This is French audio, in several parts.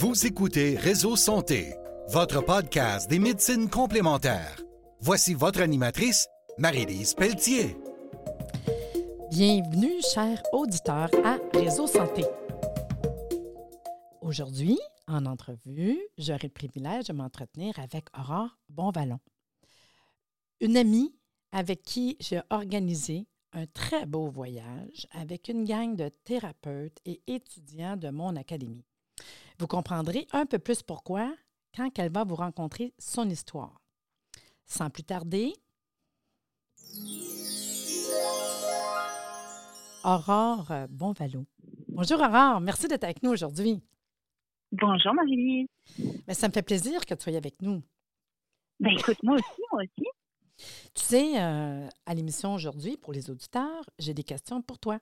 Vous écoutez Réseau Santé, votre podcast des médecines complémentaires. Voici votre animatrice, Marie-Lise Pelletier. Bienvenue, chers auditeurs, à Réseau Santé. Aujourd'hui, en entrevue, j'aurai le privilège de m'entretenir avec Aurore Bonvallon, une amie avec qui j'ai organisé un très beau voyage avec une gang de thérapeutes et étudiants de mon académie. Vous comprendrez un peu plus pourquoi quand elle va vous rencontrer son histoire. Sans plus tarder, Aurore Bonvallon. Bonjour Aurore, merci d'être avec nous aujourd'hui. Bonjour Marie-Lise. Bien, ça me fait plaisir que tu sois avec nous. Ben écoute, moi aussi. Tu sais, à l'émission aujourd'hui, pour les auditeurs, j'ai des questions pour toi.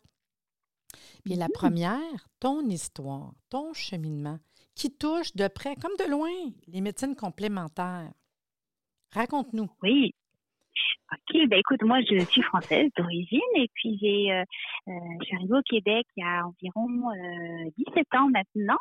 Puis la première, ton histoire, ton cheminement, qui touche de près comme de loin les médecines complémentaires. Raconte-nous. Oui. OK, ben écoute, moi je suis française d'origine et puis je suis arrivée au Québec il y a environ 17 ans maintenant.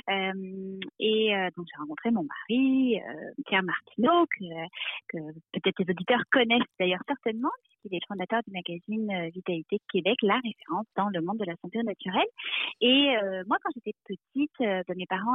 Donc j'ai rencontré mon mari, Pierre Martineau, que peut-être les auditeurs connaissent d'ailleurs certainement, puisqu'il est le fondateur du magazine Vitalité Québec, la référence dans le monde de la santé naturelle. Et moi, quand j'étais petite, mes parents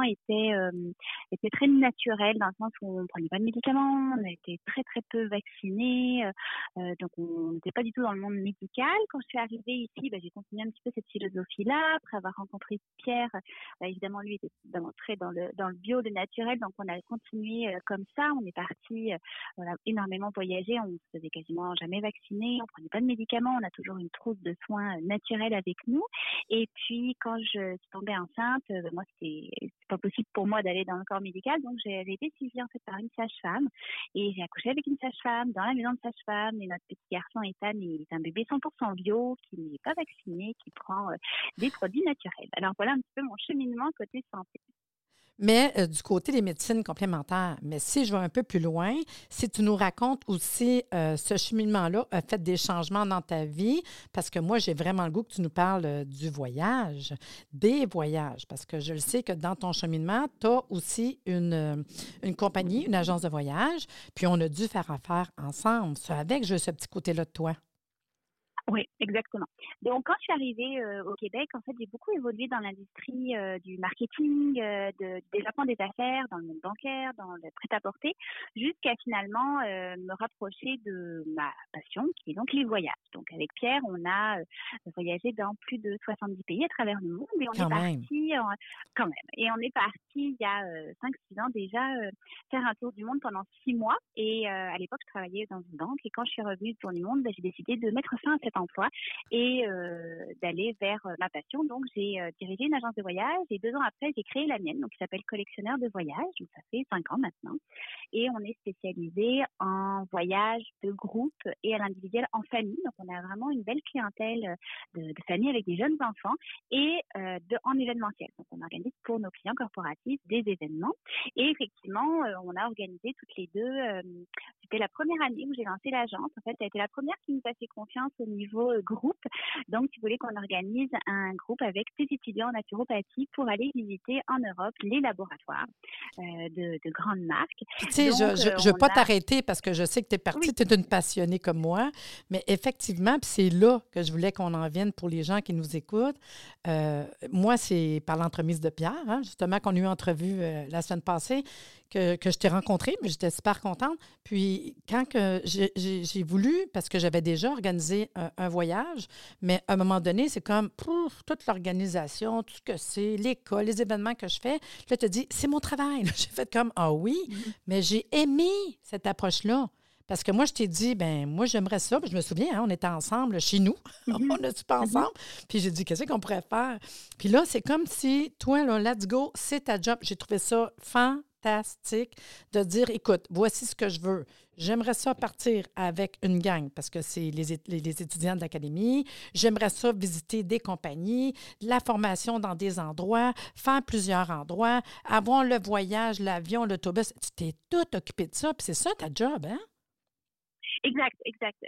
étaient très naturels dans le sens où on ne prenait pas de médicaments, on était très très peu vaccinés, donc on n'était pas du tout dans le monde médical. Quand je suis arrivée ici, j'ai continué un petit peu cette philosophie-là. Après avoir rencontré Pierre, évidemment lui était vraiment très dans le bio, le naturel, donc on a continué comme ça. On est parti, on a énormément voyagé, on ne se faisait quasiment jamais vacciner, on ne prenait pas de médicaments, on a toujours une trousse de soins naturels avec nous. Et puis quand je suis tombée enceinte, moi c'est pas possible pour moi d'aller dans le corps médical, donc j'ai été suivie en fait par une sage-femme et j'ai accouché avec une sage-femme dans la maison de sage-femme. Et notre petit garçon Ethan est un bébé 100% bio, qui n'est pas vacciné, qui prend des produits naturels. Alors voilà un petit peu mon cheminement côté santé. Mais du côté des médecines complémentaires, mais si je vais un peu plus loin, si tu nous racontes aussi ce cheminement-là a fait des changements dans ta vie, parce que moi, j'ai vraiment le goût que tu nous parles du voyage, des voyages, parce que je le sais que dans ton cheminement, tu as aussi une compagnie, une agence de voyage, puis on a dû faire affaire ensemble. C'est avec ce petit côté-là de toi. Oui, exactement. Donc, quand je suis arrivée au Québec, en fait, j'ai beaucoup évolué dans l'industrie du marketing, du développement des affaires, dans le monde bancaire, dans le prêt-à-porter, jusqu'à finalement me rapprocher de ma passion, qui est donc les voyages. Donc, avec Pierre, on a voyagé dans plus de 70 pays à travers le monde, et on est parti quand même. Et on est parti il y a 5-6 ans déjà faire un tour du monde pendant 6 mois. Et à l'époque, je travaillais dans une banque, et quand je suis revenue du tour du monde, j'ai décidé de mettre fin à cet emploi et d'aller vers ma passion. Donc, j'ai dirigé une agence de voyage et 2 ans après, j'ai créé la mienne, donc qui s'appelle Collectionneur de voyage. Donc, ça fait 5 ans maintenant. Et on est spécialisé en voyage de groupe et à l'individuel en famille. Donc, on a vraiment une belle clientèle de familles avec des jeunes enfants et en événementiel. Donc, on organise pour nos clients corporatifs des événements. Et effectivement, on a organisé toutes les deux. C'était la première année où j'ai lancé l'agence. En fait, ça a été la première qui nous a fait confiance au niveau groupe. Donc, tu voulais qu'on organise un groupe avec des étudiants en naturopathie pour aller visiter en Europe les laboratoires de grandes marques. Tu sais, je ne veux pas t'arrêter parce que je sais que tu es partie, tu es une passionnée comme moi, mais effectivement, puis c'est là que je voulais qu'on en vienne pour les gens qui nous écoutent. Moi, c'est par l'entremise de Pierre, justement, qu'on a eu entrevue la semaine passée, que je t'ai rencontrée, mais j'étais super contente. Puis, quand que j'ai voulu, parce que j'avais déjà organisé un voyage, mais à un moment donné, c'est comme toute l'organisation, tout ce que c'est, l'école, les événements que je fais. Là, tu te dis, c'est mon travail. Là, j'ai fait comme, ah oui, mais j'ai aimé cette approche-là. Parce que moi, je t'ai dit, moi, j'aimerais ça. Puis je me souviens, on était ensemble chez nous. On a pas ensemble. Puis j'ai dit, qu'est-ce qu'on pourrait faire? Puis là, c'est comme si, toi, là, let's go, c'est ta job. J'ai trouvé ça fantastique de dire, écoute, voici ce que je veux. J'aimerais ça partir avec une gang parce que c'est les étudiants de l'académie. J'aimerais ça visiter des compagnies, la formation dans des endroits, faire plusieurs endroits, avoir le voyage, l'avion, l'autobus. Tu t'es tout occupé de ça. Puis c'est ça ta job, hein? Exact, exact.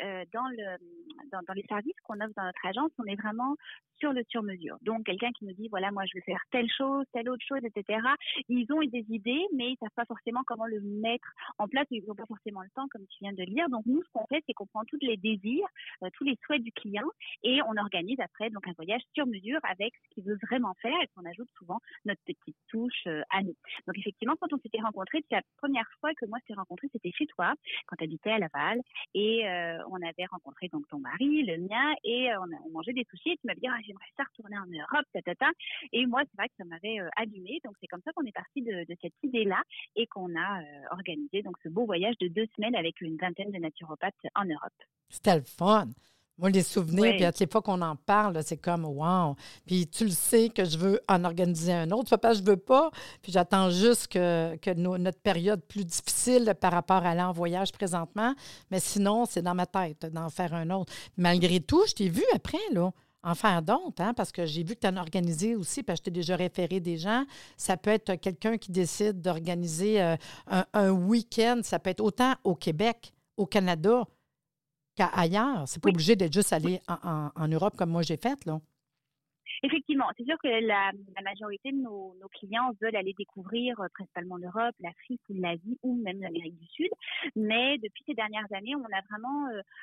Dans les services qu'on offre dans notre agence, on est vraiment sur le sur-mesure. Donc, quelqu'un qui nous dit, voilà, moi, je veux faire telle chose, telle autre chose, etc. Ils ont des idées, mais ils savent pas forcément comment le mettre en place. Ils n'ont pas forcément le temps, comme tu viens de le dire. Donc, nous, ce qu'on fait, c'est qu'on prend tous les désirs, tous les souhaits du client et on organise après donc un voyage sur mesure avec ce qu'il veut vraiment faire et qu'on ajoute souvent notre petite touche à nous. Donc, effectivement, quand on s'était rencontrés, c'est la première fois que moi, je t'ai rencontré, c'était chez toi, quand tu habitais à Laval. Et on avait rencontré donc ton mari, le mien, et on mangeait des sushis. Et tu m'avais dit, j'aimerais ça retourner en Europe, tatata. Et moi, c'est vrai que ça m'avait allumé. Donc, c'est comme ça qu'on est parti de cette idée-là et qu'on a organisé donc ce beau voyage de 2 semaines avec une vingtaine de naturopathes en Europe. C'était le fun. Moi, les souvenirs, puis à Ouais. toutes les fois qu'on en parle, là, c'est comme wow. Puis tu le sais que je veux en organiser un autre. C'est pas parce que je veux pas. Puis j'attends juste que notre période plus difficile par rapport à aller en voyage présentement. Mais sinon, c'est dans ma tête d'en faire un autre. Malgré tout, je t'ai vu après, là. En faire d'autres, hein, parce que j'ai vu que tu en as organisé aussi, parce que je t'ai déjà référé des gens. Ça peut être quelqu'un qui décide d'organiser un week-end. Ça peut être autant au Québec, au Canada, qu'ailleurs. C'est pas Oui. obligé d'être juste aller en Europe comme moi j'ai fait, là. Effectivement, c'est sûr que la majorité de nos clients veulent aller découvrir principalement l'Europe, l'Afrique ou l'Asie ou même l'Amérique du Sud. Mais depuis ces dernières années, on a vraiment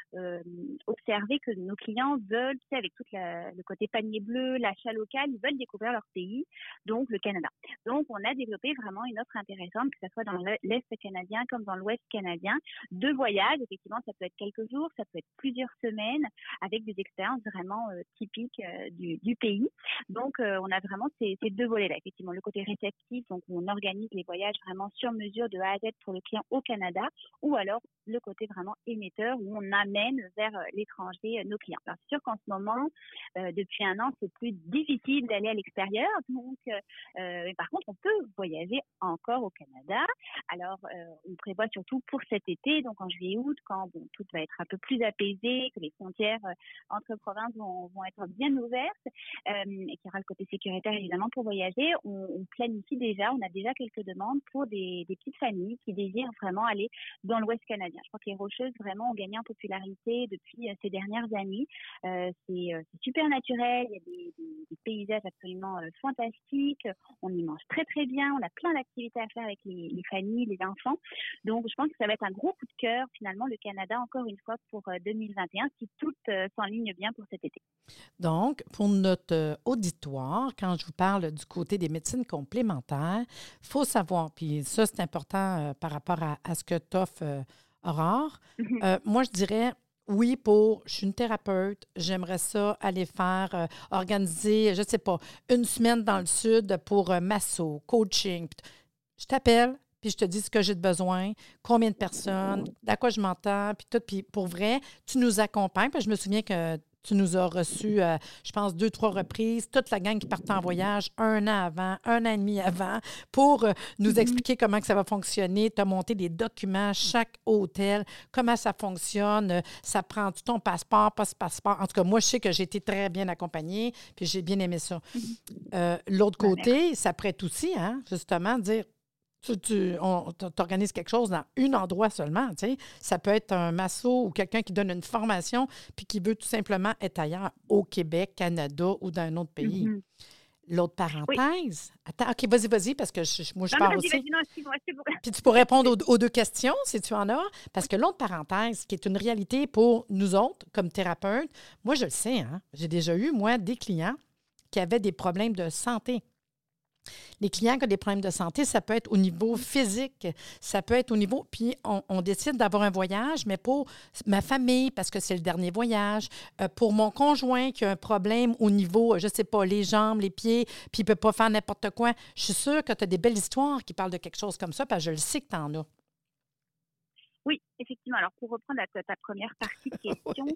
observé que nos clients veulent, tu sais, avec tout le côté panier bleu, l'achat local, ils veulent découvrir leur pays, donc le Canada. Donc, on a développé vraiment une offre intéressante, que ce soit dans l'Est canadien comme dans l'Ouest canadien, de voyages. Effectivement, ça peut être quelques jours, ça peut être plusieurs semaines, avec des expériences vraiment typiques du pays. Donc, on a vraiment ces 2 volets-là. Effectivement, le côté réceptif, donc on organise les voyages vraiment sur mesure de A à Z pour le client au Canada, ou alors le côté vraiment émetteur où on amène vers l'étranger nos clients. Alors, c'est sûr qu'en ce moment, depuis 1 an, c'est plus difficile d'aller à l'extérieur. Donc, par contre, on peut voyager encore au Canada. Alors, on prévoit surtout pour cet été, donc en juillet-août, quand tout va être un peu plus apaisé, que les frontières entre provinces vont être bien ouvertes, et qu'il y aura le côté sécuritaire évidemment pour voyager, on planifie déjà, on a déjà quelques demandes pour des petites familles qui désirent vraiment aller dans l'Ouest canadien. Je crois que les Rocheuses vraiment ont gagné en popularité depuis ces dernières années. C'est super naturel, il y a des paysages absolument fantastiques, on y mange très très bien, on a plein d'activités à faire avec les familles, les enfants. Donc je pense que ça va être un gros coup de cœur finalement le Canada encore une fois pour 2021 si tout s'enligne bien pour cet été. Donc, pour notre auditoire, quand je vous parle du côté des médecines complémentaires, il faut savoir, puis ça, c'est important par rapport à ce que t'offre Aurore. Moi, je dirais, oui, je suis une thérapeute, j'aimerais ça aller faire, organiser, je ne sais pas, 1 semaine dans le sud pour masso, coaching. Je t'appelle, puis je te dis ce que j'ai de besoin, combien de personnes, à quoi je m'entends, puis tout. Puis pour vrai, tu nous accompagnes. Puis je me souviens que tu nous as reçus, je pense, 2, 3 reprises, toute la gang qui partait en voyage 1 an avant, 1 an et demi avant, pour nous expliquer comment que ça va fonctionner. Tu as monté des documents, chaque hôtel, comment ça fonctionne, ça prend ton passeport, pas ce passeport. En tout cas, moi, je sais que j'ai été très bien accompagnée, puis j'ai bien aimé ça. L'autre côté, ça prête aussi, hein, justement, dire tu organises quelque chose dans un endroit seulement. Tu sais. Ça peut être un masso ou quelqu'un qui donne une formation puis qui veut tout simplement être ailleurs, au Québec, Canada ou dans un autre pays. L'autre Oui. parenthèse. Attends, OK, vas-y, parce que moi, je pars aussi. Vas-y, non, excuse-moi, c'est bon. Puis tu pourrais répondre aux 2 questions, si tu en as. Parce que l'autre parenthèse, qui est une réalité pour nous autres, comme thérapeutes, moi, je le sais, hein, j'ai déjà eu, moi, des clients qui avaient des problèmes de santé. Les clients qui ont des problèmes de santé, ça peut être au niveau physique, ça peut être au niveau... Puis on décide d'avoir un voyage, mais pour ma famille, parce que c'est le dernier voyage, pour mon conjoint qui a un problème au niveau, je ne sais pas, les jambes, les pieds, puis il ne peut pas faire n'importe quoi. Je suis sûre que tu as des belles histoires qui parlent de quelque chose comme ça, parce que je le sais que tu en as. Oui, effectivement. Alors, pour reprendre ta première partie de question,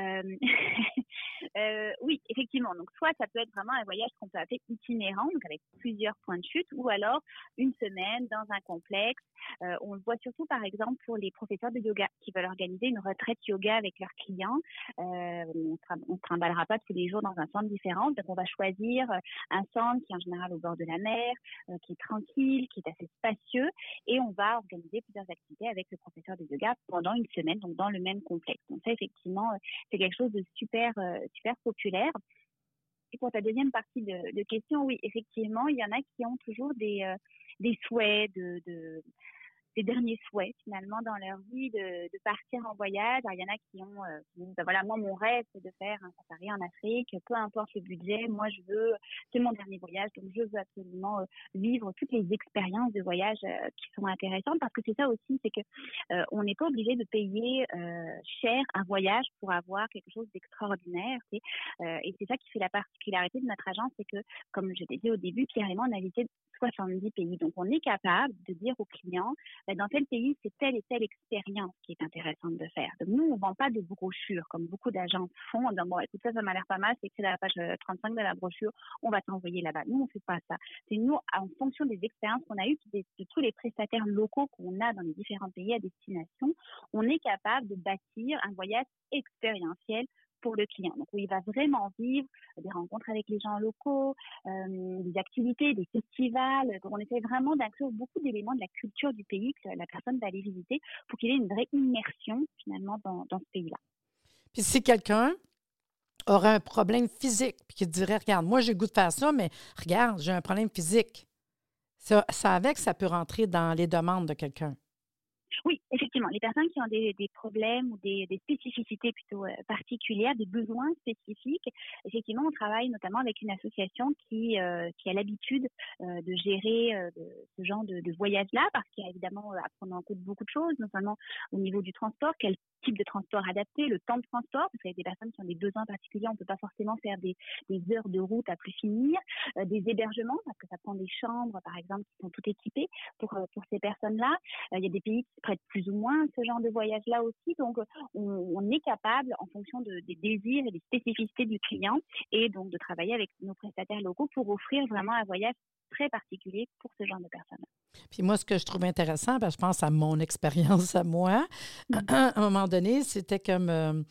oui, effectivement. Donc, soit ça peut être vraiment un voyage qu'on peut appeler itinérant, donc avec plusieurs points de chute, ou alors 1 semaine dans un complexe. On le voit surtout, par exemple, pour les professeurs de yoga qui veulent organiser une retraite yoga avec leurs clients. On on se trimballera pas tous les jours dans un centre différent. Donc, on va choisir un centre qui est en général au bord de la mer, qui est tranquille, qui est assez spacieux, et on va organiser plusieurs activités avec le professeur de yoga pendant une semaine, donc dans le même complexe. Donc ça, effectivement, c'est quelque chose de super populaire. Et pour ta deuxième partie de question, oui, effectivement, il y en a qui ont toujours des souhaits des derniers souhaits finalement dans leur vie de partir en voyage. Alors, il y en a qui disent, voilà, moi mon rêve c'est de faire un safari en Afrique, peu importe le budget, moi c'est mon dernier voyage, donc je veux absolument vivre toutes les expériences de voyage qui sont intéressantes, parce que c'est ça aussi, c'est que on n'est pas obligé de payer cher un voyage pour avoir quelque chose d'extraordinaire, et c'est ça qui fait la particularité de notre agence, c'est que, comme je l'ai dit au début, Pierre et moi on a visité 70 pays, donc on est capable de dire aux clients, dans tel pays, c'est telle et telle expérience qui est intéressante de faire. Donc, nous, on ne vend pas de brochures, comme beaucoup d'agences font, en disant, bon, écoute, ça m'a l'air pas mal, c'est écrit à la page 35 de la brochure, on va t'envoyer là-bas. Nous, on ne fait pas ça. C'est nous, en fonction des expériences qu'on a eues, de tous les prestataires locaux qu'on a dans les différents pays à destination, on est capable de bâtir un voyage expérientiel pour le client. Donc, où il va vraiment vivre des rencontres avec les gens locaux, des activités, des festivals. Donc, on essaie vraiment d'inclure beaucoup d'éléments de la culture du pays que la personne va aller visiter pour qu'il ait une vraie immersion, finalement, dans ce pays-là. Puis si quelqu'un aurait un problème physique, puis qu'il dirait, regarde, moi, j'ai le goût de faire ça, mais regarde, j'ai un problème physique. Ça peut rentrer dans les demandes de quelqu'un. Oui, effectivement. Les personnes qui ont des problèmes ou des spécificités plutôt particulières, des besoins spécifiques, effectivement, on travaille notamment avec une association qui a l'habitude de gérer ce genre de voyage-là, parce qu'il y a évidemment à prendre en compte beaucoup de choses, notamment au niveau du transport, quel type de transport adapté, le temps de transport, parce qu'il y a des personnes qui ont des besoins particuliers, on ne peut pas forcément faire des heures de route à plus finir, des hébergements, parce que ça prend des chambres, par exemple, qui sont toutes équipées pour ces personnes-là. Il y a des pays qui prêtent plus ou moins ce genre de voyage-là aussi. Donc, on est capable, en fonction des désirs et des spécificités du client, et donc de travailler avec nos prestataires locaux pour offrir vraiment un voyage très particulier pour ce genre de personnes. Puis moi, ce que je trouve intéressant, je pense à mon expérience à moi, à un moment donné, c'était comme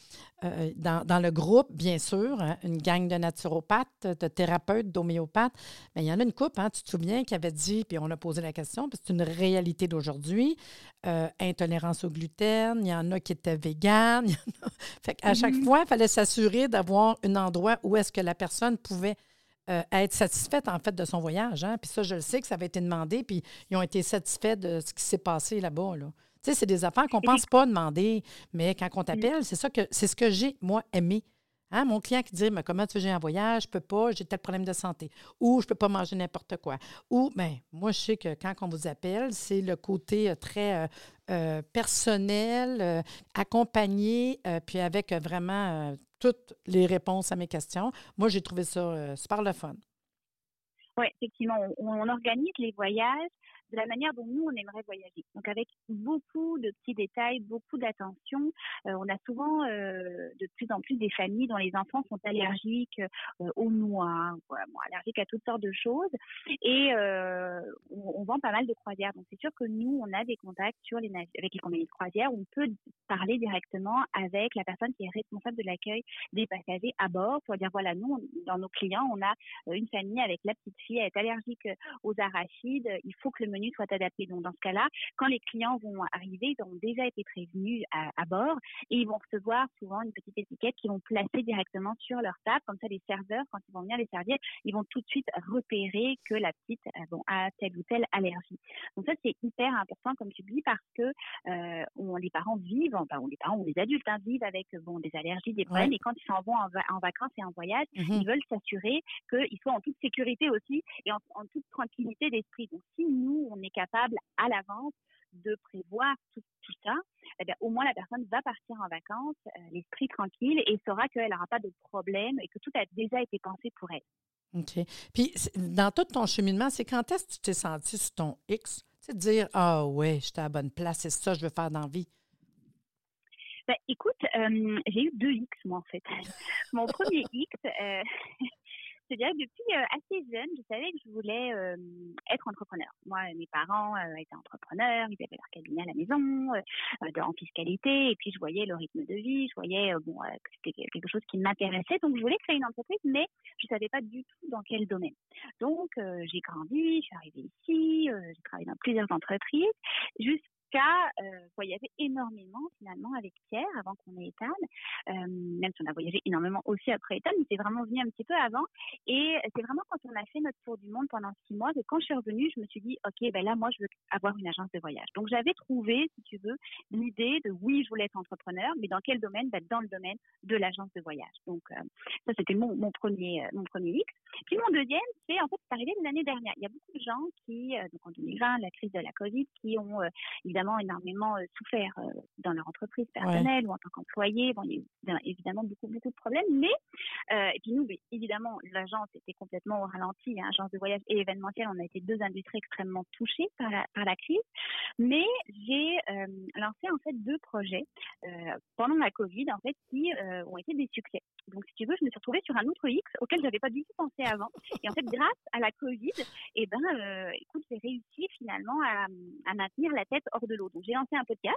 dans le groupe, bien sûr, hein, une gang de naturopathes, de thérapeutes, d'homéopathes, mais il y en a une couple, hein, tu te souviens, qui avait dit, puis on a posé la question, puis c'est une réalité d'aujourd'hui, intolérance au gluten, il y en a qui étaient véganes, fait qu'à chaque fois, il fallait s'assurer d'avoir un endroit où est-ce que la personne pouvait être satisfaite, en fait, de son voyage. Hein? Puis ça, je le sais que ça avait été demandé, puis ils ont été satisfaits de ce qui s'est passé là-bas. Là. Tu sais, c'est des affaires qu'on ne pense pas demander, mais quand on t'appelle, c'est ce que j'ai, moi, aimé. Hein? Mon client qui dit, mais comment tu veux, j'ai un voyage, je ne peux pas, j'ai tel problème de santé, ou je ne peux pas manger n'importe quoi. Ou, bien, moi, je sais que quand on vous appelle, c'est le côté très personnel, accompagné, puis avec vraiment toutes les réponses à mes questions. Moi, j'ai trouvé ça super le fun. Oui, effectivement, on organise les voyages de la manière dont nous, on aimerait voyager. Donc, avec beaucoup de petits détails, beaucoup d'attention. On a souvent de plus en plus des familles dont les enfants sont allergiques aux noix, allergiques à toutes sortes de choses. Et on vend pas mal de croisières. Donc, c'est sûr que nous, on a des contacts avec les compagnies de croisière où on peut parler directement avec la personne qui est responsable de l'accueil des passagers à bord pour dire, voilà, nous, dans nos clients, on a une famille avec la petite fille, elle est allergique aux arachides, il faut que le menu soit adapté. Donc, dans ce cas-là, quand les clients vont arriver, ils auront déjà été prévenus à bord et ils vont recevoir souvent une petite étiquette qu'ils vont placer directement sur leur table. Comme ça, les serveurs, quand ils vont venir les servir, ils vont tout de suite repérer que la petite a telle ou telle allergie. Donc, ça, c'est hyper important, comme tu dis, parce que les parents vivent, les parents ou les adultes vivent avec des allergies, des problèmes, et quand ils s'en vont en vacances et en voyage, ils veulent s'assurer qu'ils soient en toute sécurité aussi et en toute tranquillité d'esprit. Donc, si nous, on est capable à l'avance de prévoir tout ça, au moins la personne va partir en vacances, l'esprit tranquille, et saura qu'elle n'aura pas de problème et que tout a déjà été pensé pour elle. OK. Puis, dans tout ton cheminement, c'est quand est-ce que tu t'es senti sur ton X? Tu sais, de dire, ah ouais, j'étais à la bonne place, c'est ça que je veux faire dans la vie. Écoute, j'ai eu 2 X, moi, en fait. Mon premier X, je te dirais que depuis assez jeune, je savais que je voulais être entrepreneur. Moi, mes parents étaient entrepreneurs, ils avaient leur cabinet à la maison, en fiscalité, et puis je voyais le rythme de vie, je voyais que c'était quelque chose qui m'intéressait, donc je voulais créer une entreprise, mais je ne savais pas du tout dans quel domaine. Donc, j'ai grandi, je suis arrivée ici, j'ai travaillé dans plusieurs entreprises, voyager énormément finalement avec Pierre avant qu'on ait Ethan, même si on a voyagé énormément aussi après Ethan, mais c'est vraiment venu un petit peu avant. Et c'est vraiment quand on a fait notre tour du monde pendant 6 mois que quand je suis revenue, je me suis dit, OK, ben là, moi, je veux avoir une agence de voyage. Donc, j'avais trouvé, si tu veux, l'idée de, oui, je voulais être entrepreneur, mais dans quel domaine? Ben, dans le domaine de l'agence de voyage. Donc, ça, c'était mon premier X. Puis mon deuxième, c'est arrivé l'année dernière. Il y a beaucoup de gens qui, donc en 2020, la crise de la COVID, qui ont évidemment énormément souffert dans leur entreprise personnelle ou en tant qu'employé. Bon, il y a eu évidemment beaucoup de problèmes, mais et puis nous, évidemment, l'agence était complètement au ralenti, hein, agence de voyage et événementiel, on a été 2 industries extrêmement touchées par la crise, mais j'ai lancé en fait 2 projets pendant la Covid en fait qui ont été des succès. Donc si tu veux, je me suis retrouvée sur un autre X auquel j'avais pas du tout pensé avant, et en fait grâce à la Covid, écoute, j'ai réussi finalement à maintenir la tête hors de l'eau. Donc j'ai lancé un podcast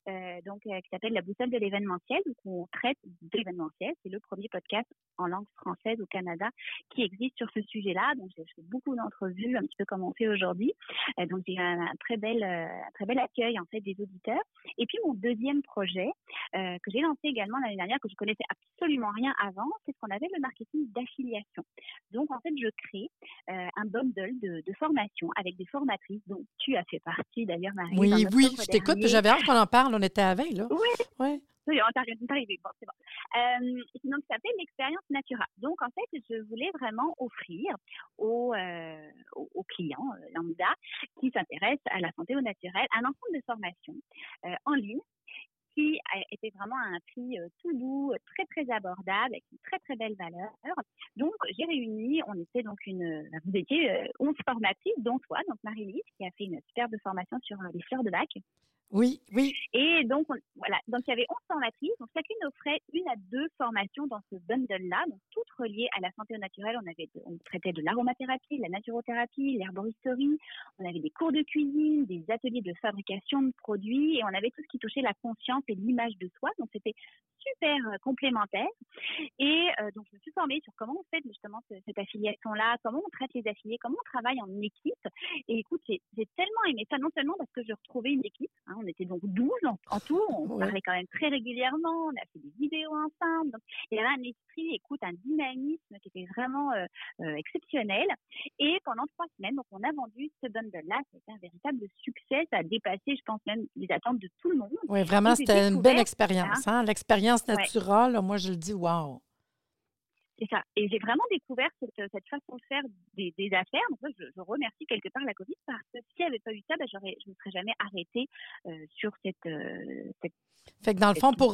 qui s'appelle La boussole de l'événementiel, où on traite d'événementiel. C'est le premier podcast en langue française au Canada qui existe sur ce sujet-là. Donc j'ai fait beaucoup d'entrevues, un petit peu comme on fait aujourd'hui. Donc j'ai eu un très bel accueil en fait des auditeurs. Et puis mon deuxième projet que j'ai lancé également l'année dernière, que je connaissais absolument rien avant, c'est ce qu'on appelle le marketing d'affiliation. Donc en fait je crée un bundle de formations avec des formatrices dont tu as fait partie d'ailleurs, Marie. Oui, je t'écoute, puis j'avais hâte qu'on en parle, on était à la veille, là. Oui, on t'est arrivé, bon, c'est bon. Donc, ça s'appelle l'expérience Natura. Donc, en fait, je voulais vraiment offrir aux clients lambda qui s'intéressent à la santé au naturel un ensemble de formations en ligne qui était vraiment à un prix tout doux, très, très abordable, avec une très, très belle valeur. Donc, j'ai réuni, vous étiez 11 formatrices, dont toi, donc Marie-Lise, qui a fait une superbe formation sur les fleurs de bac. Oui. Et donc, donc il y avait 11 formatrices, donc chacune offrait 1 à 2 formations dans ce bundle-là, donc toutes reliées à la santé au naturel. On traitait de l'aromathérapie, de la naturothérapie, l'herboristerie, on avait des cours de cuisine, des ateliers de fabrication de produits, et on avait tout ce qui touchait la conscience et l'image de soi, donc c'était super complémentaire. Et donc je me suis formée sur comment on fait justement cette affiliation-là, comment on traite les affiliés, comment on travaille en équipe. Et écoute, j'ai tellement aimé ça, non seulement parce que je retrouvais une équipe, hein, on était donc 12 en tout, on parlait quand même très régulièrement, on a fait des vidéos ensemble, donc il y avait un esprit, écoute, un dynamisme qui était vraiment exceptionnel. Et pendant 3 semaines, donc on a vendu ce bundle-là, c'était un véritable succès, ça a dépassé, je pense même, les attentes de tout le monde. Oui, vraiment, c'était une belle expérience, hein? L'expérience Natura, là, moi je le dis, wow! C'est ça. Et j'ai vraiment découvert cette façon de faire des affaires. Donc, je remercie quelque part la COVID, parce que s'il n'y avait pas eu ça, je ne me serais jamais arrêtée sur cette. Fait que dans le fond, pour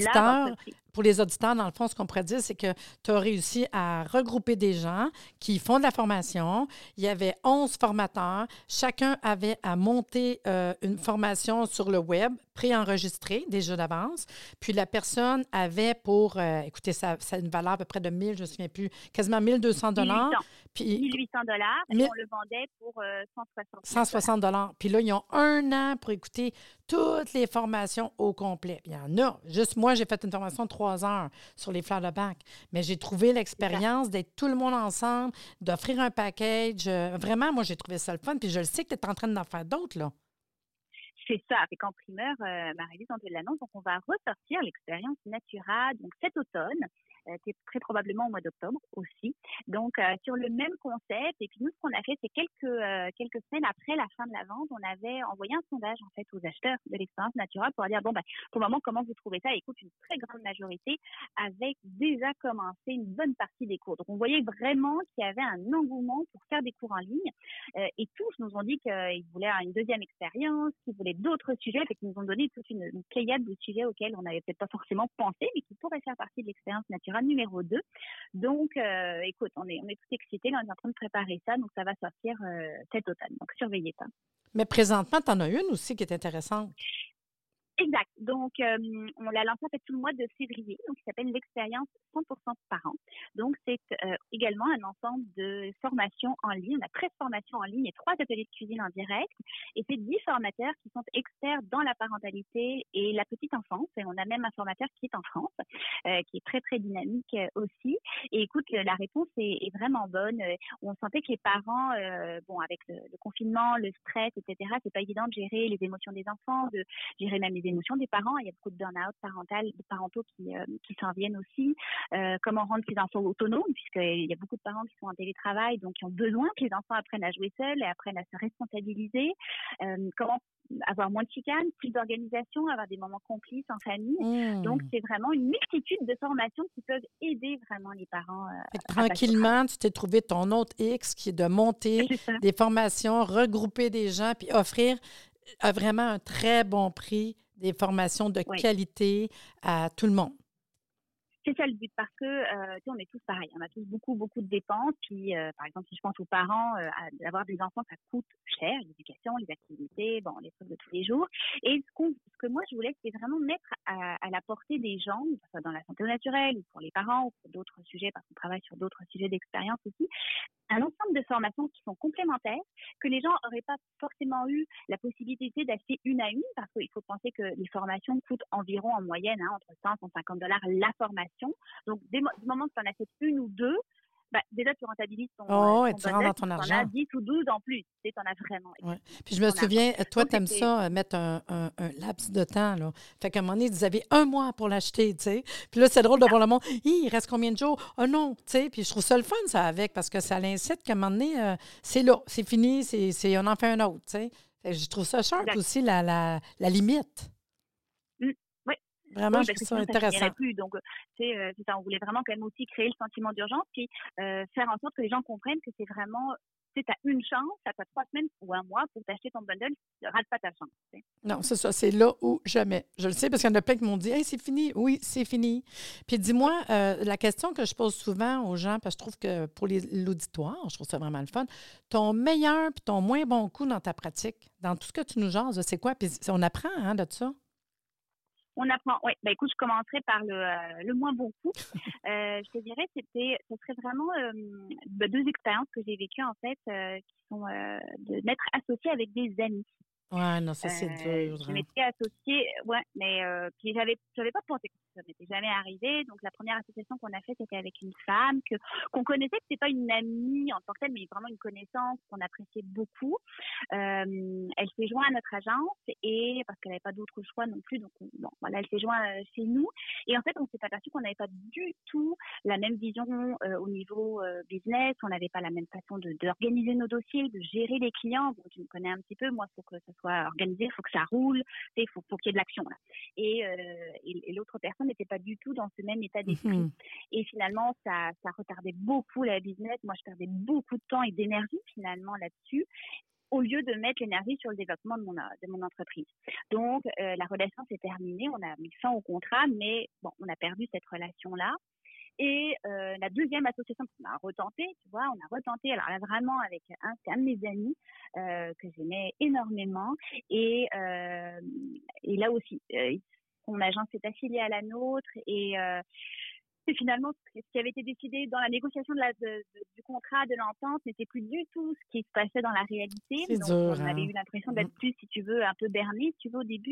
les auditeurs, dans le fond, ce qu'on pourrait dire, c'est que tu as réussi à regrouper des gens qui font de la formation. Il y avait 11 formateurs. Chacun avait à monter une formation sur le web, préenregistrée déjà d'avance. Puis la personne avait pour, écoutez, ça a une valeur à peu près de 1000, je ne me souviens plus, quasiment 1200 $. Puis 1800 $, et on le vendait pour 160 $. Puis là, ils ont 1 an pour écouter toutes les formations au complet. Il y en a. Juste moi, j'ai fait une formation de 3 heures sur les fleurs de bac. Mais j'ai trouvé l'expérience d'être tout le monde ensemble, d'offrir un package. Vraiment, moi, j'ai trouvé ça le fun. Puis je le sais que tu es en train d'en faire d'autres, là. C'est ça. Avec en primeur, Marie-Lise, on te l'annonce. Donc, on va ressortir l'expérience Natura donc cet automne. Très probablement au mois d'octobre aussi. Donc, sur le même concept. Et puis, nous, ce qu'on a fait, c'est quelques semaines après la fin de la vente, on avait envoyé un sondage, en fait, aux acheteurs de l'expérience Natura pour dire, pour le moment, comment vous trouvez ça? Et écoute, une très grande majorité avait déjà commencé une bonne partie des cours. Donc, on voyait vraiment qu'il y avait un engouement pour faire des cours en ligne. Et tous nous ont dit qu'ils voulaient une deuxième expérience, qu'ils voulaient d'autres sujets, et qu'ils nous ont donné toute une pléiade de sujets auxquels on n'avait peut-être pas forcément pensé, mais qui pourraient faire partie de l'expérience Natura numéro 2. Donc, écoute, on est tout excités. Là, on est en train de préparer ça. Donc, ça va sortir cet automne. Donc, surveillez ça. Mais présentement, tu en as une aussi qui est intéressante. Exact. Donc, on l'a lancé en fait tout le mois de février. Donc, il s'appelle l'expérience 100% parents. Donc, c'est également un ensemble de formations en ligne. On a 13 formations en ligne et 3 ateliers de cuisine en direct. Et c'est 10 formateurs qui sont experts dans la parentalité et la petite enfance. Et on a même un formateur qui est en France, qui est très, très dynamique aussi. Et écoute, la réponse est vraiment bonne. On sentait que les parents, avec le confinement, le stress, etc., c'est pas évident de gérer les émotions des enfants, de gérer même les émotions des parents. Il y a beaucoup de burn-out parentaux qui s'en viennent aussi. Comment rendre ses enfants autonomes, puisqu'il y a beaucoup de parents qui sont en télétravail, donc qui ont besoin que les enfants apprennent à jouer seuls et apprennent à se responsabiliser. Comment avoir moins de chicanes, plus d'organisation, avoir des moments complices en famille. Donc, c'est vraiment une multitude de formations qui peuvent aider vraiment les parents. Tranquillement, tu t'es trouvé ton autre X qui est de monter des formations, regrouper des gens, puis offrir vraiment un très bon prix, des formations de qualité à tout le monde. C'est ça le but, parce que on est tous pareils. On a tous beaucoup, beaucoup de dépenses. Puis, par exemple, si je pense aux parents, d'avoir des enfants, ça coûte cher, l'éducation, les activités, les trucs de tous les jours. Et ce que moi, je voulais, c'est vraiment mettre à la portée des gens, que ce soit dans la santé naturelle, ou pour les parents, ou pour d'autres sujets, parce qu'on travaille sur d'autres sujets d'expérience aussi, un ensemble de formations qui sont complémentaires, que les gens n'auraient pas forcément eu la possibilité d'acheter une à une, parce qu'il faut penser que les formations coûtent environ en moyenne entre 100 et 150 $ la formation. Donc, du moment que tu en achètes une ou deux, déjà, tu rentabilises ton et tu rentres dans ton argent. Tu en as 10 ou 12 en plus. Tu en as vraiment. Ouais. Puis je me souviens, toi, tu aimes ça, mettre un laps de temps. Là. Fait qu'à un moment donné, vous avez 1 mois pour l'acheter, tu sais. Puis là, c'est drôle de voir le monde. Il reste combien de jours? Non, tu sais. Puis je trouve ça le fun, ça, avec, parce que ça l'incite qu'à un moment donné, c'est là, c'est fini, on en fait un autre, tu sais. Je trouve ça sharp aussi, la limite. Vraiment, je trouve ça intéressant. Plus. Donc, c'est ça. On voulait vraiment quand même aussi créer le sentiment d'urgence, puis faire en sorte que les gens comprennent que c'est vraiment, tu as une chance, ça fait 3 semaines ou 1 mois pour t'acheter ton bundle, rate pas ta chance. T'sais. Non, c'est ça, c'est là ou jamais. Je le sais parce qu'il y en a plein qui m'ont dit « Hey, c'est fini. » Oui, c'est fini. Puis dis-moi, la question que je pose souvent aux gens, parce que je trouve que pour l'auditoire, je trouve ça vraiment le fun, ton meilleur puis ton moins bon coup dans ta pratique, dans tout ce que tu nous jases, c'est quoi? Puis on apprend de ça. On apprend, oui. Je commencerai par le moins bon coup. Je te dirais, ce serait vraiment 2 expériences que j'ai vécues, en fait, qui sont de m'être associée avec des amis. Ouais, non, ça, c'est dur. Je m'étais associée, mais puis j'avais pas pensé que ça m'était jamais arrivé. Donc, la première association qu'on a faite, c'était avec une femme qu'on connaissait, que c'était pas une amie en tant que telle, mais vraiment une connaissance qu'on appréciait beaucoup. Elle s'est jointe à notre agence et parce qu'elle n'avait pas d'autre choix non plus, donc elle s'est jointe chez nous. Et en fait, on s'est aperçu qu'on n'avait pas du tout la même vision au niveau business. On n'avait pas la même façon d'organiser nos dossiers, de gérer les clients. Bon, tu me connais un petit peu, moi, il faut que ça soit organisé, il faut que ça roule, il faut qu'il y ait de l'action là. Et l'autre personne n'était pas du tout dans ce même état d'esprit. Et finalement, ça retardait beaucoup la business. Moi, je perdais beaucoup de temps et d'énergie finalement là-dessus, au lieu de mettre l'énergie sur le développement de mon entreprise. Donc, la relation s'est terminée, on a mis fin au contrat, mais on a perdu cette relation-là. Et la deuxième association qu'on a retenté, alors là vraiment avec un de mes amis que j'aimais énormément, et là aussi, son agence s'est affiliée à la nôtre, et finalement, ce qui avait été décidé dans la négociation du contrat, de l'entente, n'était plus du tout ce qui se passait dans la réalité. C'est donc, dur, on avait eu l'impression d'être plus, si tu veux, un peu berné, si tu veux, au début.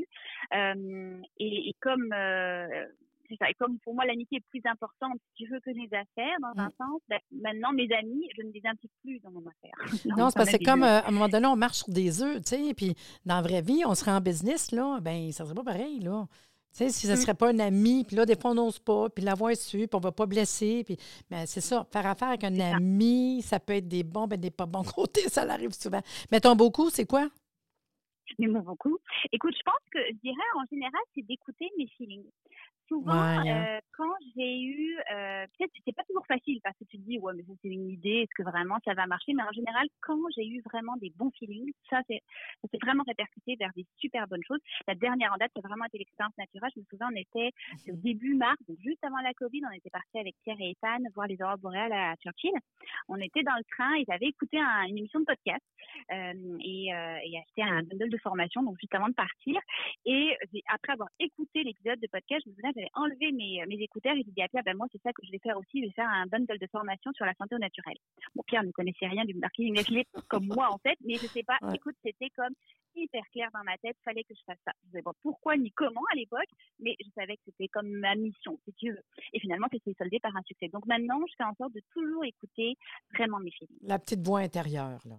Et comme... c'est ça. Et comme pour moi, l'amitié est plus importante, si tu veux, que les affaires, dans un sens, maintenant, mes amis, je ne les implique plus dans mon affaire. Non, c'est parce que c'est comme, à un moment donné, on marche sur des œufs, tu sais, puis dans la vraie vie, on serait en business, là, ça serait pas pareil, là. Tu sais, si ce ne serait pas un ami, puis là, des fois, on n'ose pas, puis l'avoir su, puis on ne va pas blesser, puis c'est ça, faire affaire avec un ami, ça peut être des bons, des pas bons côtés, ça l'arrive souvent. Mais ton beau coup, c'est quoi? Mais mon beaucoup. Écoute, je pense que je dirais en général, c'est d'écouter mes feelings. souvent, quand j'ai eu, peut-être c'est pas toujours facile parce que tu te dis ouais mais ça c'est une idée, est-ce que vraiment ça va marcher, mais en général quand j'ai eu vraiment des bons feelings, ça s'est vraiment répercuté vers des super bonnes choses. La dernière en date, c'est vraiment été l'expérience Natura. Je me souviens, on était au début mars, donc juste avant la Covid, on était partis avec Pierre et Ethan voir les aurores boréales à Churchill. On était dans le train et j'avais écouté une émission de podcast et acheté un bundle de formation donc juste avant de partir. Et après avoir écouté l'épisode de podcast, je me souviens, j'avais enlevé mes écouteurs et j'ai dit à Pierre, moi c'est ça que je vais faire aussi, je vais faire un bundle de formation sur la santé au naturel. Bon, Pierre ne connaissait rien du marketing affilié comme moi en fait, mais je sais pas, écoute, c'était comme hyper clair dans ma tête, fallait que je fasse ça. Je ne savais pas pourquoi ni comment à l'époque, mais je savais que c'était comme ma mission, si tu veux. Et finalement, ça s'est soldé par un succès. Donc maintenant, je fais en sorte de toujours écouter vraiment mes feelings. La petite voix intérieure, là.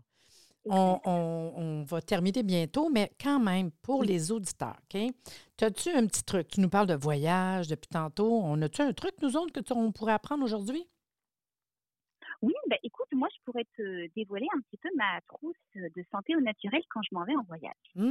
On va terminer bientôt, mais quand même, pour les auditeurs, OK? As-tu un petit truc? Tu nous parles de voyage depuis tantôt. On a-tu un truc, nous autres, on pourrait apprendre aujourd'hui? Oui, écoute, moi, je pourrais te dévoiler un petit peu ma trousse de santé au naturel quand je m'en vais en voyage.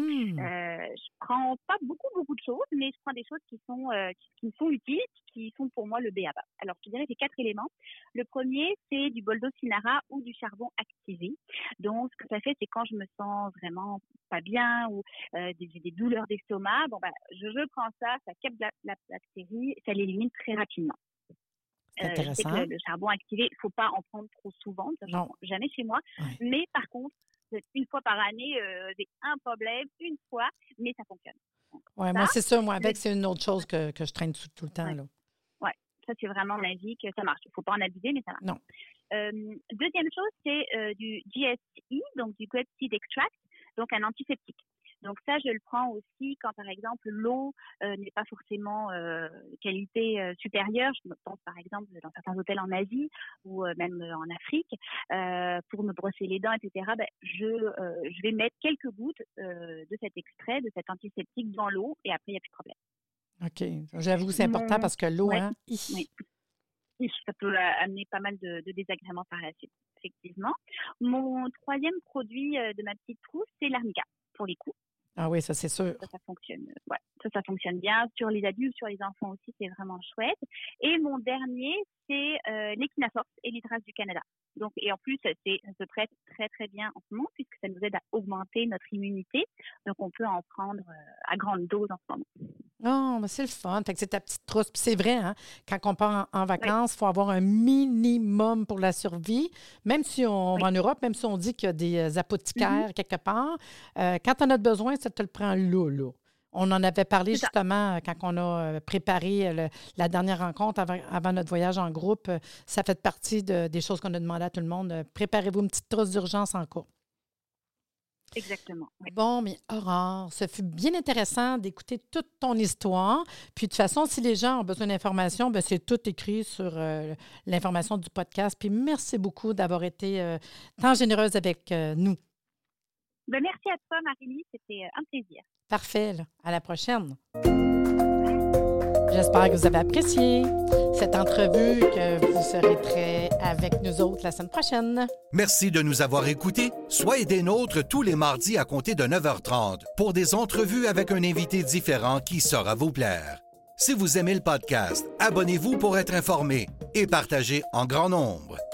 Je prends pas beaucoup de choses, mais je prends des choses qui me sont utiles, qui sont pour moi le b.a.-ba. Alors, je te dirais, j'ai 4 éléments. Le premier, c'est du boldo-cinara ou du charbon activé. Donc, ce que ça fait, c'est quand je me sens vraiment pas bien ou j'ai des douleurs d'estomac, je prends ça capte la bactérie, ça l'élimine très rapidement. Je sais que le charbon activé, il ne faut pas en prendre trop souvent, ça ne jamais chez moi. Ouais. Mais par contre, une fois par année, j'ai un problème, une fois, mais ça fonctionne. Oui, moi, c'est ça. Moi, avec, c'est une autre chose que je traîne tout le temps. Oui, ça, c'est vraiment magique. Ça marche. Il ne faut pas en abuser, mais ça marche. Non. Deuxième chose, c'est du GSI, donc du Goat Seed Extract, donc un antiseptique. Donc ça, je le prends aussi quand, par exemple, l'eau n'est pas forcément qualité supérieure. Je pense, par exemple, dans certains hôtels en Asie ou même en Afrique, pour me brosser les dents, etc., je vais mettre quelques gouttes de cet extrait, de cet antiseptique dans l'eau et après, il n'y a plus de problème. OK. J'avoue, c'est important parce que l'eau, ça peut amener pas mal de désagréments par la suite, effectivement. Mon troisième produit de ma petite trousse, c'est l'arnica pour les coups. Ah oui, ça, c'est sûr. Ça fonctionne. Ouais, ça fonctionne bien. Sur les adultes, sur les enfants aussi, c'est vraiment chouette. Et mon dernier, c'est l'Equinaforce et l'Hydras du Canada. Donc, et en plus, ça se prête très, très bien en ce moment puisque ça nous aide à augmenter notre immunité. Donc, on peut en prendre à grande dose en ce moment. Oh, mais c'est le fun. Fait que c'est ta petite trousse. Puis c'est vrai, hein, quand on part en vacances, il faut avoir un minimum pour la survie. Même si on va en Europe, même si on dit qu'il y a des apothicaires quelque part, quand on a besoin, ça te le prend là. On en avait parlé justement quand on a préparé la dernière rencontre avant notre voyage en groupe. Ça fait partie des choses qu'on a demandé à tout le monde. Préparez-vous une petite trousse d'urgence en cas. Exactement. Oui. Bon, mais Aurore, ce fut bien intéressant d'écouter toute ton histoire. Puis de toute façon, si les gens ont besoin d'informations, c'est tout écrit sur l'information du podcast. Puis merci beaucoup d'avoir été tant généreuse avec nous. Merci à toi, Marie-Lise. C'était un plaisir. Parfait. Là. À la prochaine. J'espère que vous avez apprécié cette entrevue, que vous serez prêts avec nous autres la semaine prochaine. Merci de nous avoir écoutés. Soyez des nôtres tous les mardis à compter de 9h30 pour des entrevues avec un invité différent qui saura vous plaire. Si vous aimez le podcast, abonnez-vous pour être informé et partagez en grand nombre.